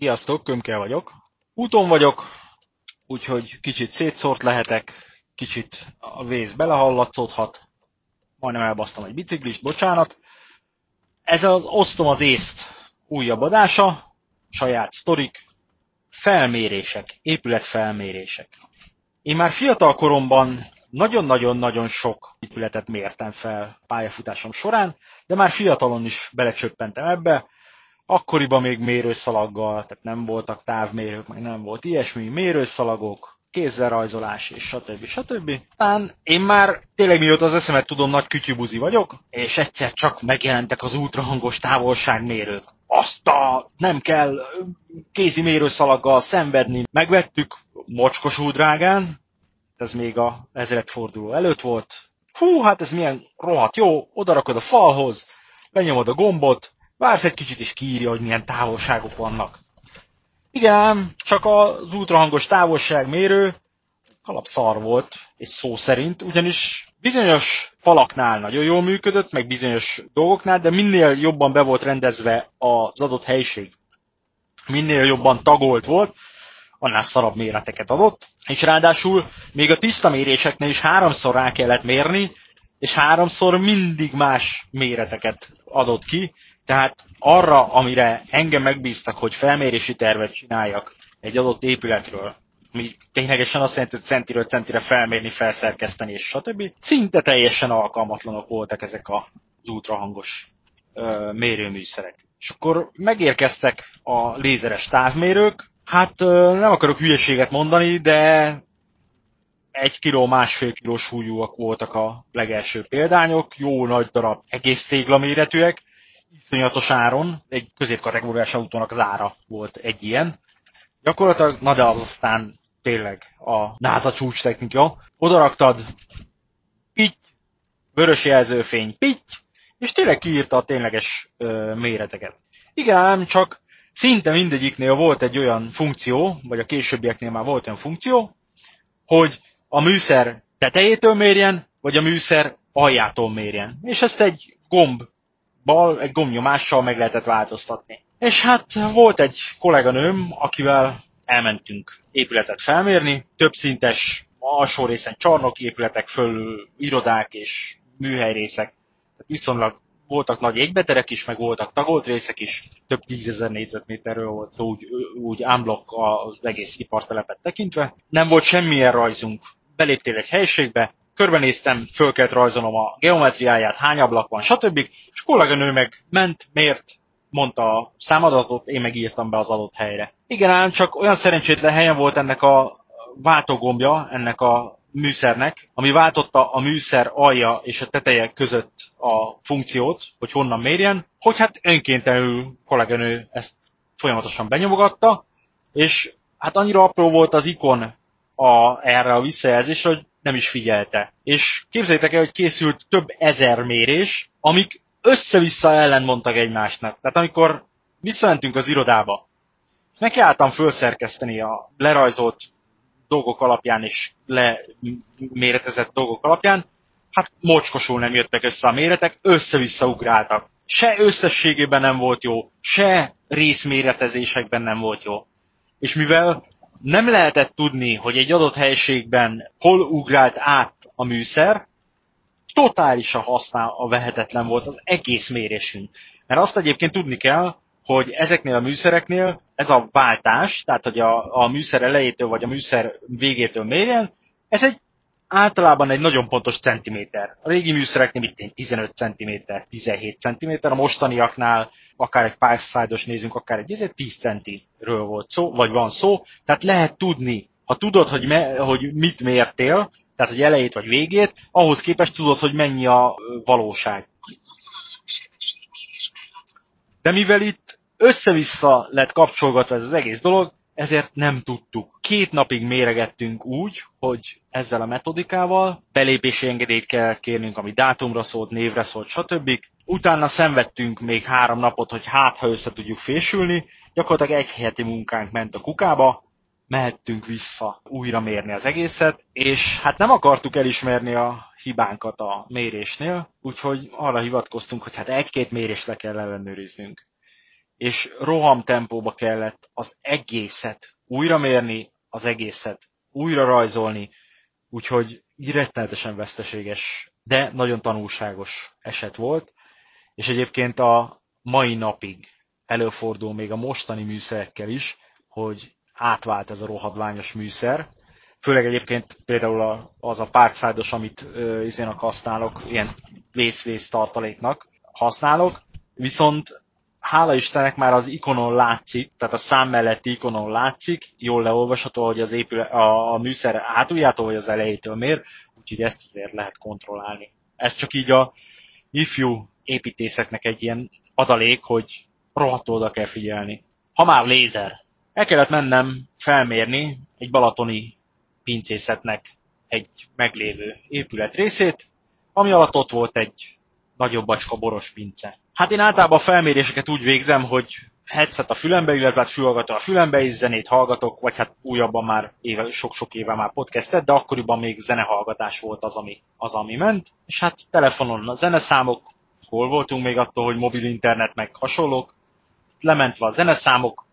Sziasztok, Kömke vagyok. Úton vagyok, úgyhogy kicsit szétszórt lehetek, kicsit a vész belehallatszódhat, majdnem elbasztam egy biciklist, bocsánat. Ez az Osztom az észt újabb adása, saját sztorik, felmérések, épületfelmérések. Én már fiatal koromban nagyon-nagyon-nagyon sok épületet mértem fel pályafutásom során, de már fiatalon is belecsöppentem ebbe. Akkoriban még mérőszalaggal, tehát nem voltak távmérők, meg nem volt ilyesmi, mérőszalagok, kézzelrajzolás és stb. Aztán én már tényleg mióta az eszemet tudom, nagy kütyübuzi vagyok, és egyszer csak megjelentek az ultrahangos távolságmérők. Nem kell kézi mérőszalaggal szenvedni. Megvettük mocskosul drágán, ez még a ezredforduló előtt volt. Hú, hát ez milyen rohadt jó, odarakod a falhoz, lenyomod a gombot, vársz egy kicsit is kiírja, hogy milyen távolságok vannak. Igen, csak az ultrahangos távolságmérő kalapszar volt, és szó szerint, ugyanis bizonyos falaknál nagyon jól működött, meg bizonyos dolgoknál, de minél jobban be volt rendezve az adott helység, minél jobban tagolt volt, annál szarabb méreteket adott, és ráadásul még a tiszta méréseknél is háromszor rá kellett mérni, és háromszor mindig más méreteket adott ki, tehát arra, amire engem megbíztak, hogy felmérési tervet csináljak egy adott épületről, ami ténylegesen azt jelenti, hogy centiről centire felmérni, felszerkeszteni és stb. Szinte teljesen alkalmatlanok voltak ezek az ultrahangos mérőműszerek. És akkor megérkeztek a lézeres távmérők. Hát nem akarok hülyeséget mondani, de 1 kiló, 1,5 kiló súlyúak voltak a legelső példányok, jó nagy darab, egész téglaméretűek, iszonyatos áron, egy középkategóriás autónak az ára volt egy ilyen. Gyakorlatilag, na de az aztán tényleg a NASA csúcs technika. Odaraktad, pitty, vörös jelzőfény, pitty, és tényleg kiírta a tényleges méreteket. Igen, csak szinte mindegyiknél volt egy olyan funkció, vagy a későbbieknél már volt olyan funkció, hogy a műszer tetejétől mérjen, vagy a műszer aljától mérjen. És ezt egy gombnyomással meg lehetett változtatni. És hát volt egy kolléganőm, akivel elmentünk épületet felmérni, többszintes, alsó részen csarnoki épületek fölül irodák és műhelyrészek. Tehát viszonylag voltak nagy egybeterek is, meg voltak tagolt részek is, több 10 000 négyzetméterről volt szó, úgy unblock az egész ipartelepet tekintve. Nem volt semmilyen rajzunk. Beléptél egy helyiségbe, körbenéztem, föl kellett rajzolnom a geometriáját, hány ablak van, stb. És a kolléganő meg ment, mért, mondta a számadatot, én meg írtam be az adott helyre. Igen, ám csak olyan szerencsétlen helyen volt ennek a váltógombja, ennek a műszernek, ami váltotta a műszer alja és a teteje között a funkciót, hogy honnan mérjen, hogy hát önkéntelenül kolléganő ezt folyamatosan benyomogatta, és hát annyira apró volt az ikon erre a visszajelzésre, hogy nem is figyelte. És képzeljétek el, hogy készült több ezer mérés, amik össze-vissza ellentmondtak egymásnak. Tehát amikor visszamentünk az irodába, nekiálltam fölszerkeszteni a lerajzolt dolgok alapján és leméretezett dolgok alapján, hát mocskosul nem jöttek össze a méretek, össze-vissza ugráltak. Se összességében nem volt jó, se részméretezésekben nem volt jó. És mivel nem lehetett tudni, hogy egy adott helységben hol ugrált át a műszer, totálisan a vehetetlen volt az egész mérésünk. Mert azt egyébként tudni kell, hogy ezeknél a műszereknél ez a váltás, tehát hogy a műszer elejétől vagy a műszer végétől mérjen, ez általában egy nagyon pontos centiméter. A régi műszereknél itt 15 centiméter, 17 centiméter, a mostaniaknál akár egy Pipeside-os nézünk, akár egy 10 centiről volt szó, vagy van szó, tehát lehet tudni, ha tudod, hogy mit mértél, tehát hogy elejét vagy végét, ahhoz képest tudod, hogy mennyi a valóság. De mivel itt össze-vissza lett kapcsolgatva ez az egész dolog, ezért nem tudtuk. 2 napig méregettünk úgy, hogy ezzel a metodikával belépési engedélyt kellett kérnünk, ami dátumra szólt, névre szólt, stb. Utána szenvedtünk még 3 napot, hogy ha össze tudjuk fésülni. Gyakorlatilag egy heti munkánk ment a kukába, mehettünk vissza újra mérni az egészet, és hát nem akartuk elismerni a hibánkat a mérésnél, úgyhogy arra hivatkoztunk, hogy hát 1-2 mérést le kell ellenőriznünk. és rohamtempóba kellett az egészet újra mérni, az egészet újra rajzolni, úgyhogy így rettenetesen veszteséges, de nagyon tanulságos eset volt, és egyébként a mai napig előfordul még a mostani műszerekkel is, hogy átvált ez a rohadványos műszer. Főleg egyébként például az a pártszájdos, amit izének használok, ilyen vész-vész tartaléknak használok, viszont hála Istennek már az ikonon látszik, tehát a szám melletti ikonon látszik, jól leolvasható, hogy a műszer hátuljától vagy az elejétől mér, úgyhogy ezt azért lehet kontrollálni. Ez csak így a ifjú építészeknek egy ilyen adalék, hogy rohadtul oda kell figyelni. Ha már lézer. El kellett mennem felmérni egy balatoni pincészetnek egy meglévő épület részét, ami alatt ott volt egy nagyobb bacska boros pince. Hát én általában a felméréseket úgy végzem, hogy headset a fülembe, illetve hát fülhallgató a fülembe, és zenét hallgatok, vagy hát újabban már sok-sok éve már podcastet, de akkoriban még zenehallgatás volt az, ami ment. És hát telefonon a zeneszámok, hol voltunk még attól, hogy mobil internet meg hasonlók, lementve a zeneszámok,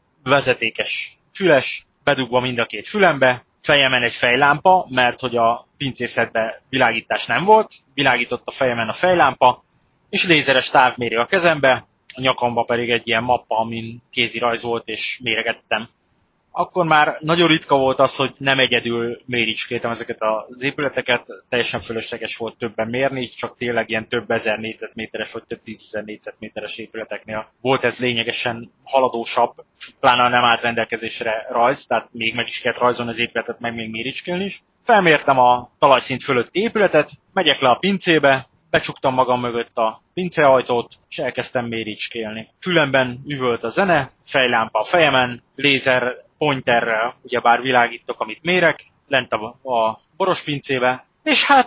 vezetékes füles, bedugva mind a két fülembe, fejemen egy fejlámpa, mert hogy a pincészetben világítás nem volt, világított a fejemen a fejlámpa, és lézeres távmérő a kezembe, a nyakamba pedig egy ilyen mappa, amin kézirajz volt, és méregettem. Akkor már nagyon ritka volt az, hogy nem egyedül méricskéltem ezeket az épületeket, teljesen fölösleges volt többen mérni, csak tényleg ilyen több ezer négyzetméteres vagy több tízezer négyzetméteres épületeknél volt ez lényegesen haladósabb, pláne nem állt rendelkezésre rajz, tehát még meg is kellett rajzolni az épületet, meg még méricskélni is. Felmértem a talajszint fölötti épületet, megyek le a pincébe, becsuktam magam mögött a pinceajtót, és elkezdtem méricskélni. Fülemben üvölt a zene, fejlámpa a fejemen, lézer pointerrel, ugyebár világítok, amit mérek, lent a boros pincébe, és hát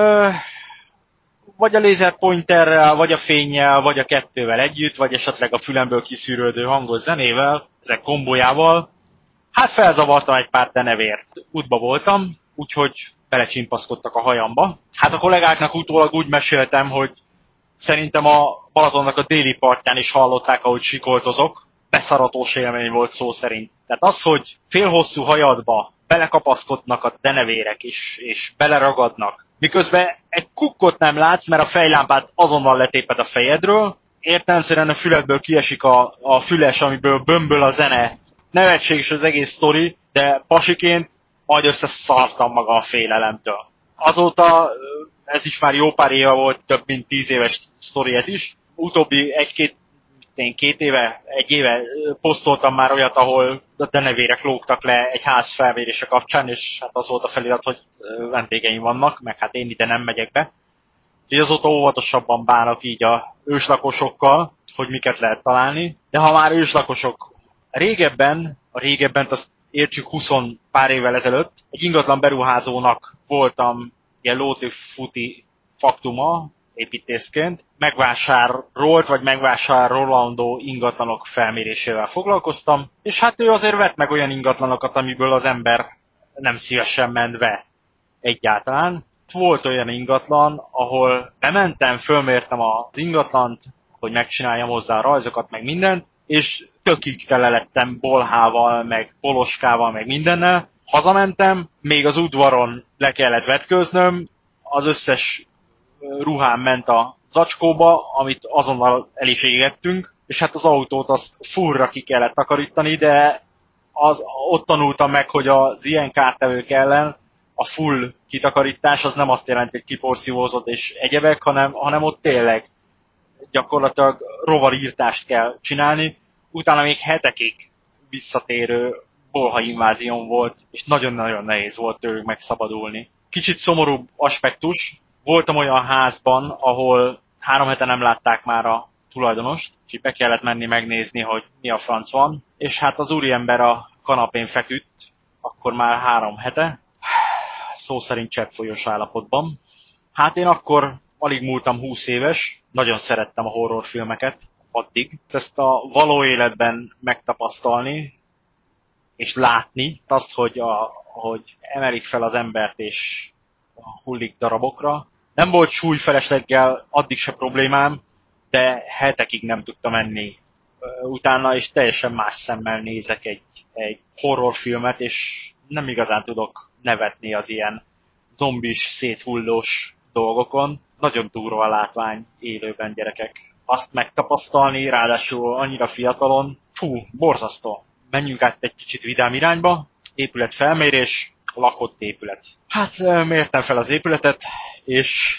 vagy a lézer pointerrel, vagy a fénnyel, vagy a kettővel együtt, vagy esetleg a fülemből kiszűrődő hangos zenével, ezek kombójával, hát felzavartam egy pár denevért. Útba voltam, úgyhogy belecsimpaszkodtak a hajamba. Hát a kollégáknak utólag úgy meséltem, hogy szerintem a Balatonnak a déli partján is hallották, ahogy sikoltozok. Beszaratós élmény volt szó szerint. Tehát az, hogy félhosszú hajadba belekapaszkodnak a denevérek és beleragadnak, miközben egy kukkot nem látsz, mert a fejlámpát azonnal letéped a fejedről, értelemszerűen a füledből kiesik a füles, amiből bömböl a zene. Nevetséges az egész sztori, de pasiként majd összeszartam magam a félelemtől. Azóta ez is már jó pár éve volt, több mint 10 éves sztori ez is. Utóbbi két éve, egy éve posztoltam már olyat, ahol a denevérek lógtak le egy ház felmérése kapcsán, és hát az volt a felirat, hogy vendégeim vannak, meg hát én ide nem megyek be. Úgyhogy azóta óvatosabban bánok így a őslakosokkal, hogy miket lehet találni. De ha már őslakosok, a régebben azt értsük 20 pár évvel ezelőtt, egy ingatlan beruházónak voltam ilyen lóti-futi faktuma, építészként, megvásárolt vagy megvásárolandó ingatlanok felmérésével foglalkoztam, és hát ő azért vett meg olyan ingatlanokat, amiből az ember nem szívesen ment be egyáltalán. Volt olyan ingatlan, ahol bementem, fölmértem az ingatlant, hogy megcsináljam hozzá a rajzokat, meg mindent, és tökig tele lettem bolhával, meg poloskával, meg mindennel. Hazamentem, még az udvaron le kellett vetköznöm, az összes ruhám ment a zacskóba, amit azonnal el is égettünk, és hát az autót azt furra ki kellett takarítani, de ott tanultam meg, hogy az ilyen kártevők ellen a full kitakarítás az nem azt jelenti, hogy kiporszívózott és egyebek, hanem ott tényleg gyakorlatilag rovarírtást kell csinálni. Utána még hetekig visszatérő bolha invázión volt, és nagyon-nagyon nehéz volt tőlük megszabadulni. Kicsit szomorúbb aspektus, voltam olyan házban, ahol 3 hete nem látták már a tulajdonost, úgyhogy be kellett menni megnézni, hogy mi a franc van, és hát az úriember a kanapén feküdt, akkor már 3 hete, szó szerint cseppfolyós állapotban. Hát én akkor alig múltam 20 éves, nagyon szerettem a horrorfilmeket addig. Ezt a való életben megtapasztalni és látni, azt, hogy emelik fel az embert és hullik darabokra. Nem volt súlyfelesleggel addig se problémám, de hetekig nem tudtam enni utána, és teljesen más szemmel nézek egy horrorfilmet, és nem igazán tudok nevetni az ilyen zombis, széthullós dolgokon. Nagyon durva a látvány élőben, gyerekek. Azt megtapasztalni, ráadásul annyira fiatalon, fú, borzasztó. Menjünk át egy kicsit vidám irányba. Épület felmérés, lakott épület. Hát mértem fel az épületet, és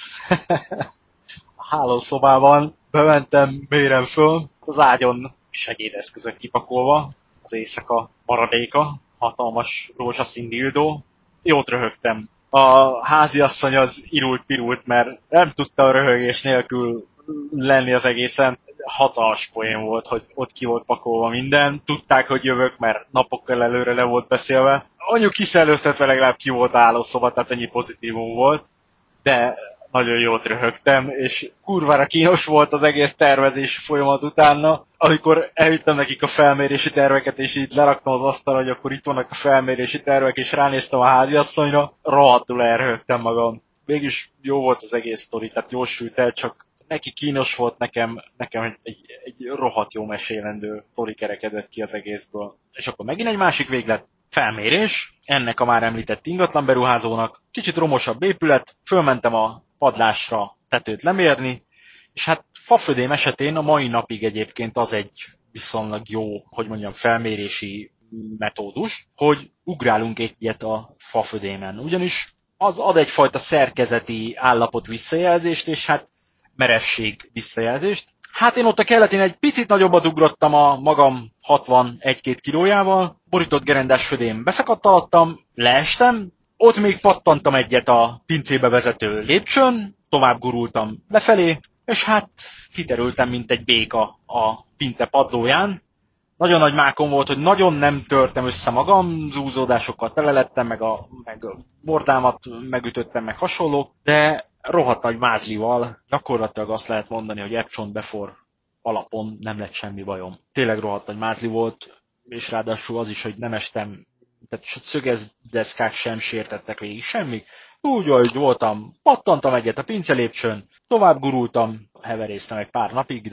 a hálószobában bementem, mérem föl, az ágyon segédeszközök kipakolva, az éjszaka maradéka, hatalmas rózsaszín dildó. Jót röhögtem. A háziasszony az irult-pirult, mert nem tudta a röhögés nélkül lenni az egészen. Hatalmas poén volt, hogy ott ki volt pakolva minden. Tudták, hogy jövök, mert napokkal előre le volt beszélve. Anyu kiszellőztetve legalább ki volt a hálószoba, tehát ennyi pozitívum volt. De nagyon jót röhögtem, és kurvára kínos volt az egész tervezés folyamat utána, amikor elvittem nekik a felmérési terveket, és így leraktam az asztalra, hogy akkor itt vannak a felmérési tervek, és ránéztem a háziasszonyra, rohadtul elröhögtem magam. Mégis jó volt az egész sztori, tehát jól sült el, csak neki kínos volt, nekem egy rohadt jó mesélendő sztori kerekedett ki az egészből. És akkor megint egy másik véglet, felmérés, ennek a már említett ingatlanberuházónak, kicsit romosabb épület, fölmentem a padlásra tetőt lemérni, és hát fafödém esetén a mai napig egyébként az egy viszonylag jó, hogy mondjam, felmérési metódus, hogy ugrálunk egyet a fafödémen. Ugyanis az ad egyfajta szerkezeti állapot visszajelzést, és hát meresség visszajelzést. Hát én ott a kelletén egy picit nagyobbat ugrottam a magam 61-2 kilójával, borított gerendás födém beszakadt alattam, leestem, ott még pattantam egyet a pincébe vezető lépcsőn, tovább gurultam lefelé, és hát kiterültem, mint egy béka a pinte padlóján. Nagyon nagy mákom volt, hogy nagyon nem törtem össze magam, zúzódásokkal telelettem, meg a bordámat megütöttem, meg hasonlók, de rohadt nagy mázlival gyakorlatilag azt lehet mondani, hogy Epcsont-Befor alapon nem lett semmi bajom. Tényleg rohadt nagy mázli volt, és ráadásul az is, hogy nem estem, tehát szögezdeszkák sem sértettek végig semmi. Úgy, ahogy voltam, pattantam egyet a pincelépcsőn, tovább gurultam, heverésztem egy pár napig,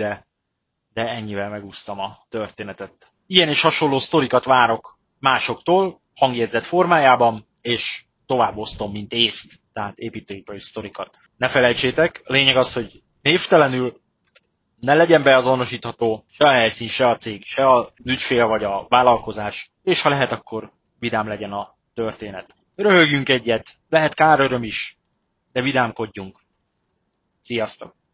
de ennyivel megúsztam a történetet. Ilyen és hasonló sztorikat várok másoktól, hangjegyzet formájában, és tovább osztom, mint észt, tehát építőipari sztorikat. Ne felejtsétek, a lényeg az, hogy névtelenül ne legyen beazonosítható se a helyszín, se a cég, se az ügyfél vagy a vállalkozás, és ha lehet, akkor vidám legyen a történet. Röhögjünk egyet, lehet káröröm is, de vidámkodjunk. Sziasztok!